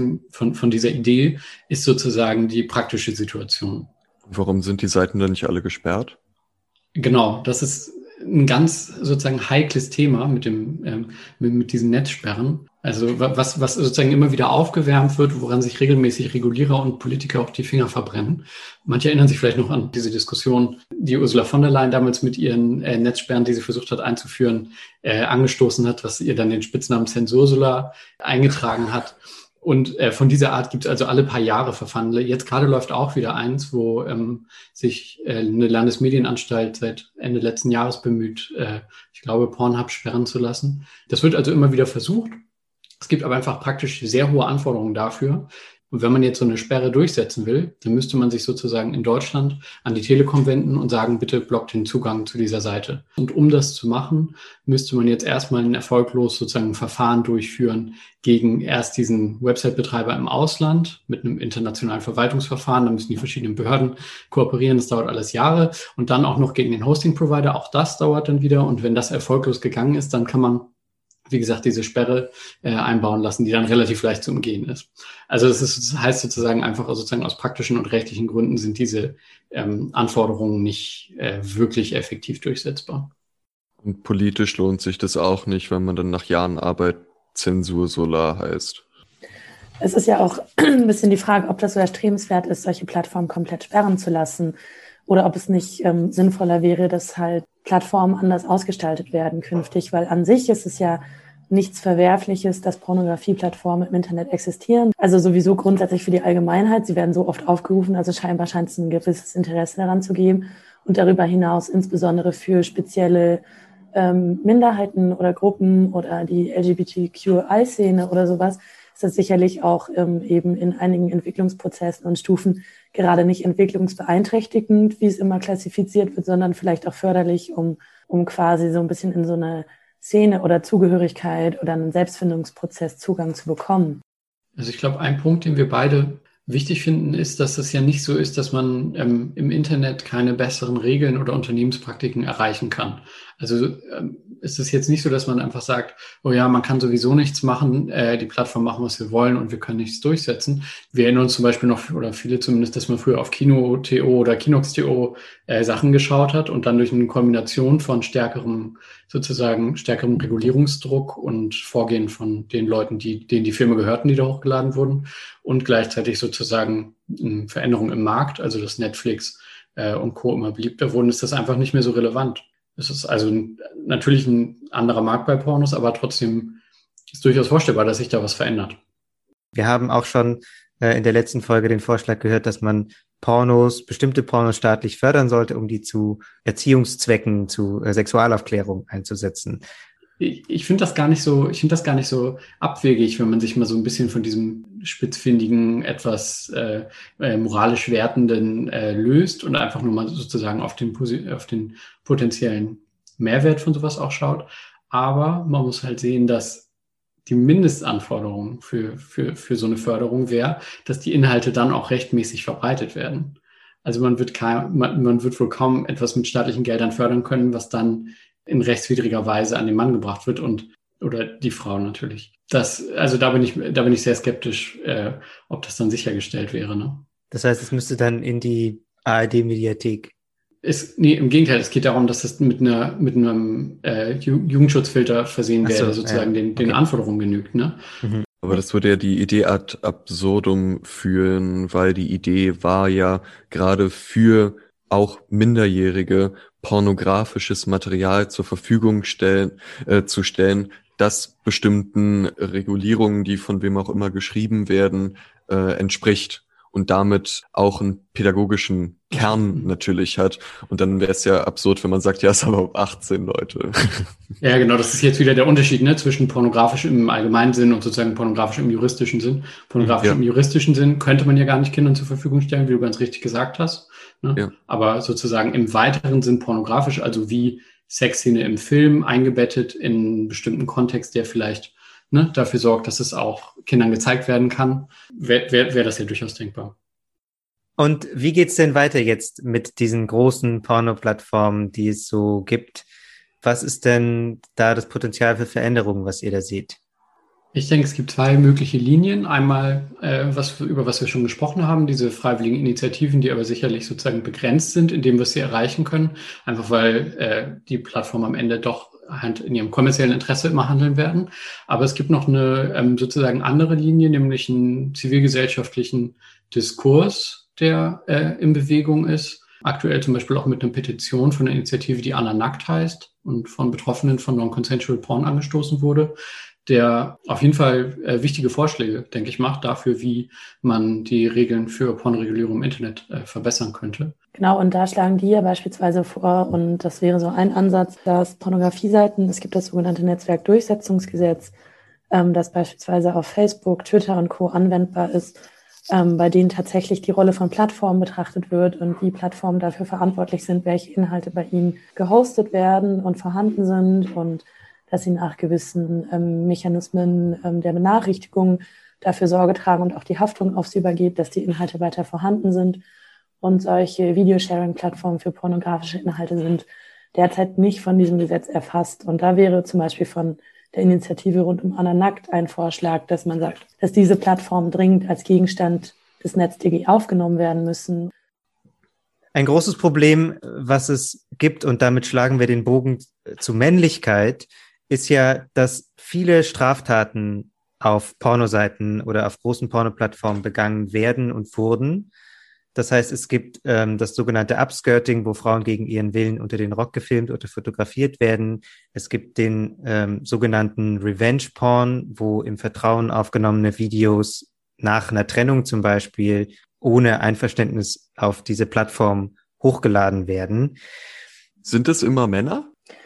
Speaker 4: dieser Idee ist sozusagen die praktische Situation.
Speaker 2: Warum sind die Seiten dann nicht alle gesperrt?
Speaker 4: Genau, das ist ein ganz sozusagen heikles Thema mit diesen Netzsperren. Also was sozusagen immer wieder aufgewärmt wird, woran sich regelmäßig Regulierer und Politiker auch die Finger verbrennen. Manche erinnern sich vielleicht noch an diese Diskussion, die Ursula von der Leyen damals mit ihren Netzsperren, die sie versucht hat einzuführen, angestoßen hat, was ihr dann den Spitznamen Zensursula eingetragen hat. Und von dieser Art gibt es also alle paar Jahre Verfahren. Jetzt gerade läuft auch wieder eins, wo sich eine Landesmedienanstalt seit Ende letzten Jahres bemüht, ich glaube, Pornhub sperren zu lassen. Das wird also immer wieder versucht. Es gibt aber einfach praktisch sehr hohe Anforderungen dafür. Und wenn man jetzt so eine Sperre durchsetzen will, dann müsste man sich sozusagen in Deutschland an die Telekom wenden und sagen, bitte blockt den Zugang zu dieser Seite. Und um das zu machen, müsste man jetzt erstmal ein erfolglos sozusagen ein Verfahren durchführen gegen erst diesen Website-Betreiber im Ausland mit einem internationalen Verwaltungsverfahren. Da müssen die verschiedenen Behörden kooperieren. Das dauert alles Jahre. Und dann auch noch gegen den Hosting-Provider. Auch das dauert dann wieder. Und wenn das erfolglos gegangen ist, dann kann man, wie gesagt, diese Sperre einbauen lassen, die dann relativ leicht zu umgehen ist. Also das heißt sozusagen einfach, sozusagen aus praktischen und rechtlichen Gründen sind diese Anforderungen nicht wirklich effektiv durchsetzbar.
Speaker 2: Und politisch lohnt sich das auch nicht, wenn man dann nach Jahren Arbeit Zensursula heißt.
Speaker 5: Es ist ja auch ein bisschen die Frage, ob das so erstrebenswert ist, solche Plattformen komplett sperren zu lassen oder ob es nicht sinnvoller wäre, dass halt Plattformen anders ausgestaltet werden künftig, weil an sich ist es ja nichts Verwerfliches, dass Pornografieplattformen im Internet existieren. Also sowieso grundsätzlich für die Allgemeinheit. Sie werden so oft aufgerufen, also scheinbar scheint es ein gewisses Interesse daran zu geben. Und darüber hinaus insbesondere für spezielle Minderheiten oder Gruppen oder die LGBTQI-Szene oder sowas, ist das sicherlich auch eben in einigen Entwicklungsprozessen und Stufen gerade nicht entwicklungsbeeinträchtigend, wie es immer klassifiziert wird, sondern vielleicht auch förderlich, um quasi so ein bisschen in so eine Szene oder Zugehörigkeit oder einen Selbstfindungsprozess Zugang zu bekommen.
Speaker 4: Also ich glaube, ein Punkt, den wir beide wichtig finden, ist, dass es ja nicht so ist, dass man im Internet keine besseren Regeln oder Unternehmenspraktiken erreichen kann. Also ist es jetzt nicht so, dass man einfach sagt, oh ja, man kann sowieso nichts machen, die Plattform machen, was wir wollen und wir können nichts durchsetzen. Wir erinnern uns zum Beispiel noch, oder viele zumindest, dass man früher auf Kino.to oder Kinox.to Sachen geschaut hat und dann durch eine Kombination von stärkerem Regulierungsdruck und Vorgehen von den Leuten, denen die Filme gehörten, die da hochgeladen wurden, und gleichzeitig sozusagen Veränderungen im Markt, also dass Netflix und Co. immer beliebter wurden, ist das einfach nicht mehr so relevant. Es ist also natürlich ein anderer Markt bei Pornos, aber trotzdem ist durchaus vorstellbar, dass sich da was verändert.
Speaker 1: Wir haben auch schon in der letzten Folge den Vorschlag gehört, dass man bestimmte Pornos staatlich fördern sollte, um die zu Erziehungszwecken, zu Sexualaufklärung einzusetzen.
Speaker 4: Ich finde das gar nicht so abwegig, wenn man sich mal so ein bisschen von diesem spitzfindigen, etwas moralisch wertenden löst und einfach nur mal sozusagen auf den potenziellen Mehrwert von sowas auch schaut. Aber man muss halt sehen, dass die Mindestanforderung für so eine Förderung wäre, dass die Inhalte dann auch rechtmäßig verbreitet werden. Also man wird wohl kaum etwas mit staatlichen Geldern fördern können, was dann in rechtswidriger Weise an den Mann gebracht wird oder die Frau natürlich. Da bin ich sehr skeptisch, ob das dann sichergestellt wäre. Ne?
Speaker 1: Das heißt, es müsste dann in die ARD-Mediathek.
Speaker 4: Nee, im Gegenteil, es geht darum, dass es mit einem Jugendschutzfilter versehen wäre, der sozusagen den Anforderungen genügt. Ne?
Speaker 2: Mhm. Aber das würde ja die Idee ad absurdum führen, weil die Idee war ja gerade für auch Minderjährige pornografisches Material zur Verfügung zu stellen, das bestimmten Regulierungen, die von wem auch immer geschrieben werden, entspricht und damit auch einen pädagogischen Kern natürlich hat. Und dann wäre es ja absurd, wenn man sagt, ja, es ist aber ab 18, Leute.
Speaker 4: Ja, genau, das ist jetzt wieder der Unterschied, ne, zwischen pornografisch im allgemeinen Sinn und sozusagen pornografisch im juristischen Sinn. Pornografisch im juristischen Sinn könnte man ja gar nicht Kindern zur Verfügung stellen, wie du ganz richtig gesagt hast. Ne? Ja. Aber sozusagen im weiteren Sinn pornografisch, also wie Sexszene im Film eingebettet in einen bestimmten Kontext, der vielleicht dafür sorgt, dass es auch Kindern gezeigt werden kann, wäre das ja durchaus denkbar.
Speaker 1: Und wie geht's denn weiter jetzt mit diesen großen Porno-Plattformen, die es so gibt? Was ist denn da das Potenzial für Veränderungen, was ihr da seht?
Speaker 4: Ich denke, es gibt zwei mögliche Linien. Einmal, über was wir schon gesprochen haben, diese freiwilligen Initiativen, die aber sicherlich sozusagen begrenzt sind, indem wir sie erreichen können, einfach weil die Plattformen am Ende doch halt in ihrem kommerziellen Interesse immer handeln werden. Aber es gibt noch eine sozusagen andere Linie, nämlich einen zivilgesellschaftlichen Diskurs, der in Bewegung ist. Aktuell zum Beispiel auch mit einer Petition von einer Initiative, die Anna Nackt heißt und von Betroffenen von Non-Consensual Porn angestoßen wurde, der auf jeden Fall wichtige Vorschläge, denke ich, macht dafür, wie man die Regeln für Pornoregulierung im Internet verbessern könnte.
Speaker 5: Genau, und da schlagen die ja beispielsweise vor, und das wäre so ein Ansatz, dass Pornografieseiten, es gibt das sogenannte Netzwerkdurchsetzungsgesetz, das beispielsweise auf Facebook, Twitter und Co. anwendbar ist, bei denen tatsächlich die Rolle von Plattformen betrachtet wird und wie Plattformen dafür verantwortlich sind, welche Inhalte bei ihnen gehostet werden und vorhanden sind und dass sie nach gewissen Mechanismen der Benachrichtigung dafür Sorge tragen und auch die Haftung auf sie übergeht, dass die Inhalte weiter vorhanden sind. Und solche Videosharing-Plattformen für pornografische Inhalte sind derzeit nicht von diesem Gesetz erfasst. Und da wäre zum Beispiel von der Initiative rund um Anna Nackt ein Vorschlag, dass man sagt, dass diese Plattformen dringend als Gegenstand des NetzDG aufgenommen werden müssen.
Speaker 1: Ein großes Problem, was es gibt, und damit schlagen wir den Bogen zu Männlichkeit, ist ja, dass viele Straftaten auf Pornoseiten oder auf großen Pornoplattformen begangen werden und wurden. Das heißt, es gibt das sogenannte Upskirting, wo Frauen gegen ihren Willen unter den Rock gefilmt oder fotografiert werden. Es gibt den sogenannten Revenge Porn, wo im Vertrauen aufgenommene Videos nach einer Trennung zum Beispiel ohne Einverständnis auf diese Plattform hochgeladen werden.
Speaker 2: Sind es immer Männer?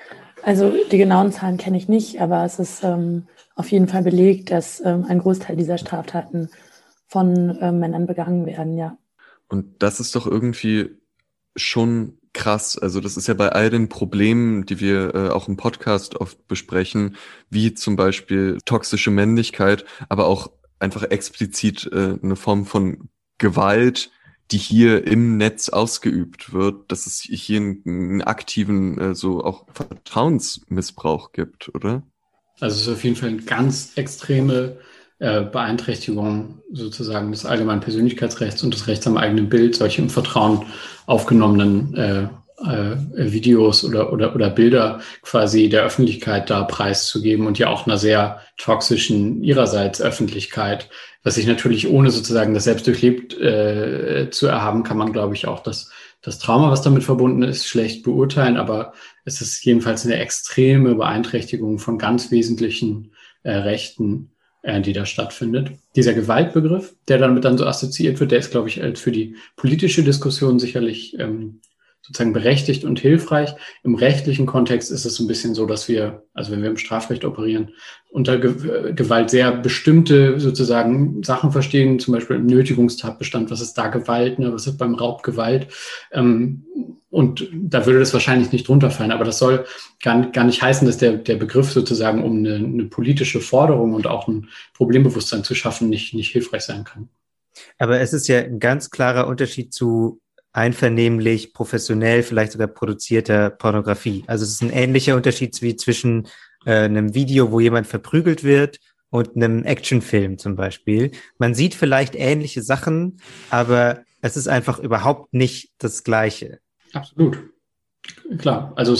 Speaker 5: Also die genauen Zahlen kenne ich nicht, aber es ist auf jeden Fall belegt, dass ein Großteil dieser Straftaten von Männern begangen werden, ja.
Speaker 2: Und das ist doch irgendwie schon krass. Also das ist ja bei all den Problemen, die wir auch im Podcast oft besprechen, wie zum Beispiel toxische Männlichkeit, aber auch einfach explizit eine Form von Gewalt, die hier im Netz ausgeübt wird, dass es hier einen aktiven so auch Vertrauensmissbrauch gibt, oder?
Speaker 4: Also es ist auf jeden Fall eine ganz extreme Beeinträchtigung sozusagen des allgemeinen Persönlichkeitsrechts und des Rechts am eigenen Bild, solche im Vertrauen aufgenommenen Videos oder Bilder quasi der Öffentlichkeit da preiszugeben und ja auch einer sehr toxischen ihrerseits Öffentlichkeit, was sich natürlich ohne sozusagen das selbst durchlebt zu erhaben, kann man, glaube ich, auch das Trauma, was damit verbunden ist, schlecht beurteilen, aber es ist jedenfalls eine extreme Beeinträchtigung von ganz wesentlichen Rechten, die da stattfindet. Dieser Gewaltbegriff, der damit dann so assoziiert wird, der ist, glaube ich, für die politische Diskussion sicherlich sozusagen berechtigt und hilfreich. Im rechtlichen Kontext ist es so ein bisschen so, dass wir, also wenn wir im Strafrecht operieren, unter Gewalt sehr bestimmte sozusagen Sachen verstehen, zum Beispiel im Nötigungstatbestand, was ist da Gewalt, ne, was ist beim Raub Gewalt, und da würde das wahrscheinlich nicht drunter fallen, aber das soll gar nicht heißen, dass der Begriff sozusagen, um eine politische Forderung und auch ein Problembewusstsein zu schaffen, nicht hilfreich sein kann.
Speaker 1: Aber es ist ja ein ganz klarer Unterschied zu einvernehmlich, professionell, vielleicht sogar produzierter Pornografie. Also es ist ein ähnlicher Unterschied wie zwischen einem Video, wo jemand verprügelt wird, und einem Actionfilm zum Beispiel. Man sieht vielleicht ähnliche Sachen, aber es ist einfach überhaupt nicht das Gleiche.
Speaker 4: Absolut. Klar, also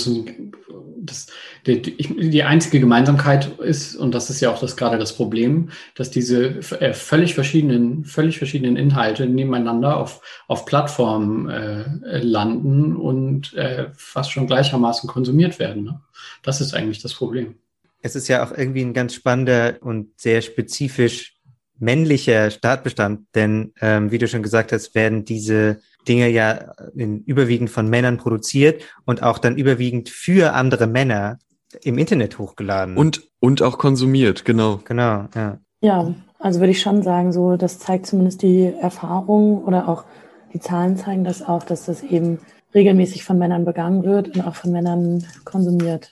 Speaker 4: die einzige Gemeinsamkeit ist, und das ist ja auch gerade das Problem, dass diese völlig verschiedenen Inhalte nebeneinander auf Plattformen landen und fast schon gleichermaßen konsumiert werden. Ne? Das ist eigentlich das Problem.
Speaker 1: Es ist ja auch irgendwie ein ganz spannender und sehr spezifisch männlicher Tatbestand, denn wie du schon gesagt hast, werden diese Dinge ja überwiegend von Männern produziert und auch dann überwiegend für andere Männer im Internet hochgeladen.
Speaker 2: Und auch konsumiert, genau.
Speaker 1: Genau, ja.
Speaker 5: Ja, also würde ich schon sagen, so, das zeigt zumindest die Erfahrung oder auch die Zahlen zeigen das auch, dass das eben regelmäßig von Männern begangen wird und auch von Männern konsumiert.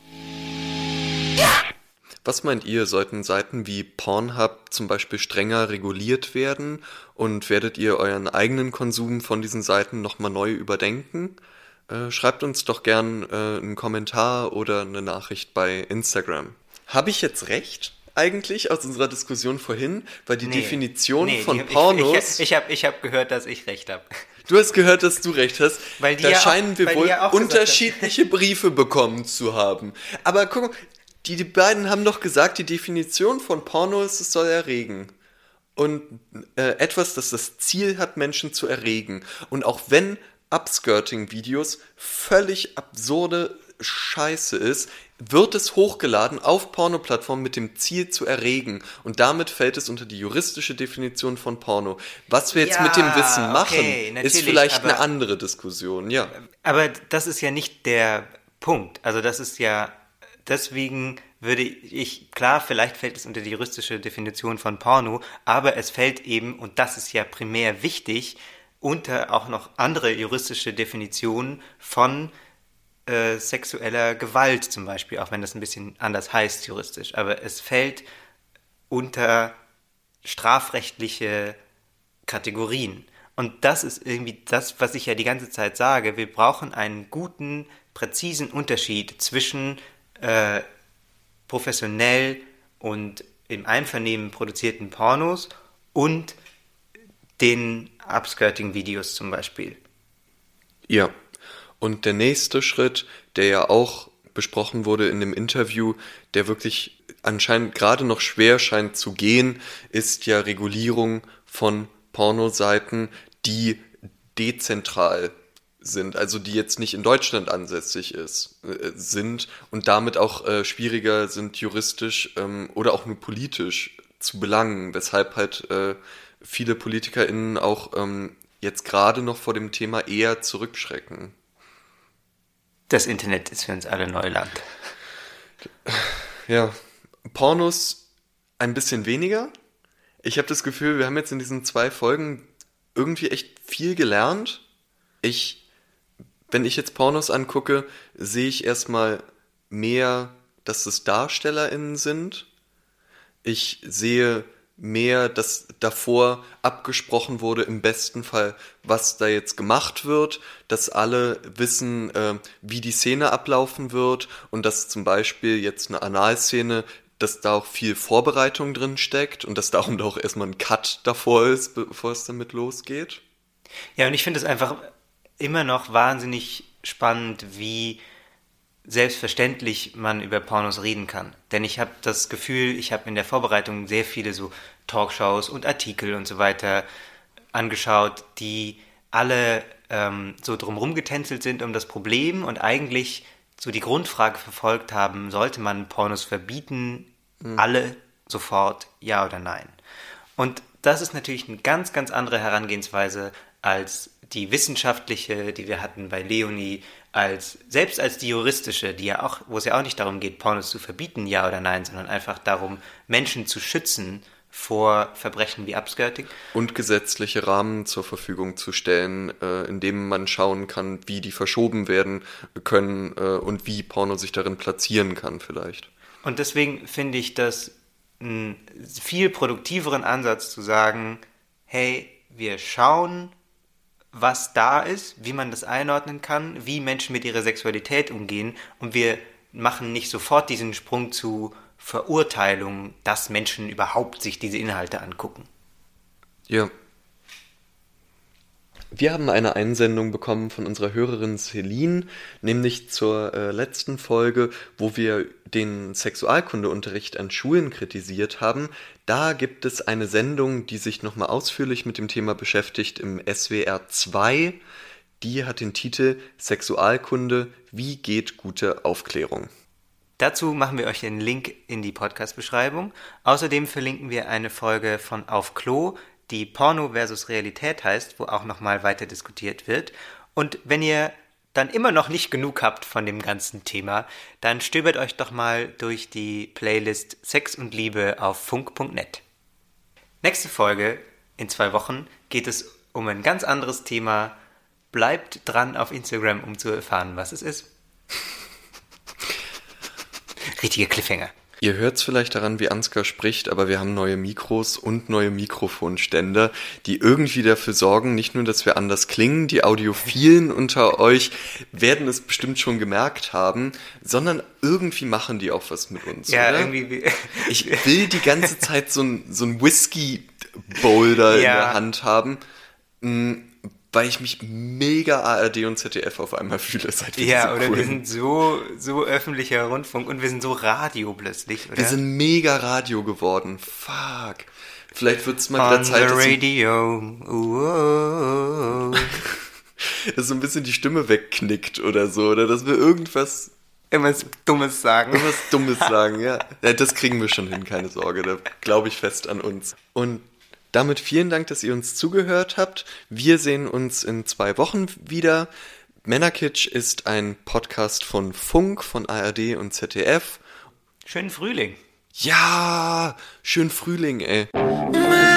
Speaker 2: Was meint ihr, sollten Seiten wie Pornhub zum Beispiel strenger reguliert werden und werdet ihr euren eigenen Konsum von diesen Seiten nochmal neu überdenken? Schreibt uns doch gern einen Kommentar oder eine Nachricht bei Instagram. Habe ich jetzt recht eigentlich aus unserer Diskussion vorhin? Weil die Definition von Pornos...
Speaker 1: Ich hab gehört, dass ich recht habe.
Speaker 2: Du hast gehört, dass du recht hast.
Speaker 1: Weil
Speaker 2: da scheinen wir wohl unterschiedliche Briefe bekommen zu haben. Aber guck mal, die beiden haben doch gesagt, die Definition von Porno ist, es soll erregen. Und etwas, das das Ziel hat, Menschen zu erregen. Und auch wenn Upskirting-Videos völlig absurde Scheiße ist, wird es hochgeladen auf Pornoplattformen mit dem Ziel zu erregen. Und damit fällt es unter die juristische Definition von Porno. Was wir jetzt mit dem Wissen machen, ist vielleicht eine andere Diskussion, ja.
Speaker 1: Aber das ist ja nicht der Punkt. Also das ist ja... Deswegen würde ich, klar, vielleicht fällt es unter die juristische Definition von Porno, aber es fällt eben, und das ist ja primär wichtig, unter auch noch andere juristische Definitionen von sexueller Gewalt zum Beispiel, auch wenn das ein bisschen anders heißt juristisch. Aber es fällt unter strafrechtliche Kategorien. Und das ist irgendwie das, was ich ja die ganze Zeit sage. Wir brauchen einen guten, präzisen Unterschied zwischen professionell und im Einvernehmen produzierten Pornos und den Upskirting-Videos zum Beispiel.
Speaker 2: Ja, und der nächste Schritt, der ja auch besprochen wurde in dem Interview, der wirklich anscheinend gerade noch schwer scheint zu gehen, ist ja Regulierung von Pornoseiten, die dezentral sind, also die jetzt nicht in Deutschland ansässig sind und damit auch schwieriger sind juristisch oder auch nur politisch zu belangen, weshalb halt viele PolitikerInnen auch jetzt gerade noch vor dem Thema eher zurückschrecken.
Speaker 1: Das Internet ist für uns alle Neuland.
Speaker 2: Ja, Pornos ein bisschen weniger. Ich habe das Gefühl, wir haben jetzt in diesen 2 Folgen irgendwie echt viel gelernt. Wenn ich jetzt Pornos angucke, sehe ich erstmal mehr, dass es DarstellerInnen sind. Ich sehe mehr, dass davor abgesprochen wurde, im besten Fall, was da jetzt gemacht wird, dass alle wissen, wie die Szene ablaufen wird und dass zum Beispiel jetzt eine Analszene, dass da auch viel Vorbereitung drin steckt und dass darum auch erstmal ein Cut davor ist, bevor es damit losgeht.
Speaker 1: Ja, und ich finde es einfach immer noch wahnsinnig spannend, wie selbstverständlich man über Pornos reden kann. Denn ich habe das Gefühl, ich habe in der Vorbereitung sehr viele so Talkshows und Artikel und so weiter angeschaut, die alle so drumherum getänzelt sind um das Problem und eigentlich so die Grundfrage verfolgt haben, sollte man Pornos verbieten, alle sofort, ja oder nein? Und das ist natürlich eine ganz, ganz andere Herangehensweise als die wissenschaftliche, die wir hatten bei Leonie, selbst als die juristische, wo es ja auch nicht darum geht, Pornos zu verbieten, ja oder nein, sondern einfach darum, Menschen zu schützen vor Verbrechen wie Upskirting.
Speaker 2: Und gesetzliche Rahmen zur Verfügung zu stellen, in dem man schauen kann, wie die verschoben werden können und wie Porno sich darin platzieren kann vielleicht.
Speaker 1: Und deswegen finde ich das einen viel produktiveren Ansatz zu sagen, hey, wir schauen, was da ist, wie man das einordnen kann, wie Menschen mit ihrer Sexualität umgehen und wir machen nicht sofort diesen Sprung zu Verurteilung, dass Menschen überhaupt sich diese Inhalte angucken.
Speaker 2: Ja. Wir haben eine Einsendung bekommen von unserer Hörerin Celine, nämlich zur letzten Folge, wo wir den Sexualkundeunterricht an Schulen kritisiert haben. Da gibt es eine Sendung, die sich nochmal ausführlich mit dem Thema beschäftigt im SWR 2. Die hat den Titel Sexualkunde, wie geht gute Aufklärung?
Speaker 1: Dazu machen wir euch den Link in die Podcast-Beschreibung. Außerdem verlinken wir eine Folge von Auf Klo, die Porno versus Realität heißt, wo auch nochmal weiter diskutiert wird. Und wenn ihr dann immer noch nicht genug habt von dem ganzen Thema, dann stöbert euch doch mal durch die Playlist Sex und Liebe auf funk.net. Nächste Folge, in 2 Wochen, geht es um ein ganz anderes Thema. Bleibt dran auf Instagram, um zu erfahren, was es ist. Richtiger Cliffhanger.
Speaker 2: Ihr hört es vielleicht daran, wie Ansgar spricht, aber wir haben neue Mikros und neue Mikrofonständer, die irgendwie dafür sorgen, nicht nur, dass wir anders klingen, die Audiophilen unter euch werden es bestimmt schon gemerkt haben, sondern irgendwie machen die auch was mit uns,
Speaker 1: ja,
Speaker 2: oder?
Speaker 1: Irgendwie.
Speaker 2: Ich will die ganze Zeit so ein Whisky-Boulder in der Hand haben, weil ich mich mega ARD und ZDF auf einmal fühle. Seit wir
Speaker 1: wir sind so öffentlicher Rundfunk und wir sind so Radio plötzlich, oder?
Speaker 2: Wir sind mega Radio geworden. Fuck. Vielleicht wird es mal wieder Zeit,
Speaker 1: dass Radio.
Speaker 2: Dass so ein bisschen die Stimme wegknickt oder so, oder dass wir irgendwas
Speaker 1: Dummes sagen.
Speaker 2: Ja. Das kriegen wir schon hin, keine Sorge. Da glaube ich fest an uns. Und damit vielen Dank, dass ihr uns zugehört habt. Wir sehen uns in 2 Wochen wieder. Männerkitsch ist ein Podcast von Funk, von ARD und ZDF.
Speaker 1: Schönen Frühling.
Speaker 2: Ja, schönen Frühling, ey.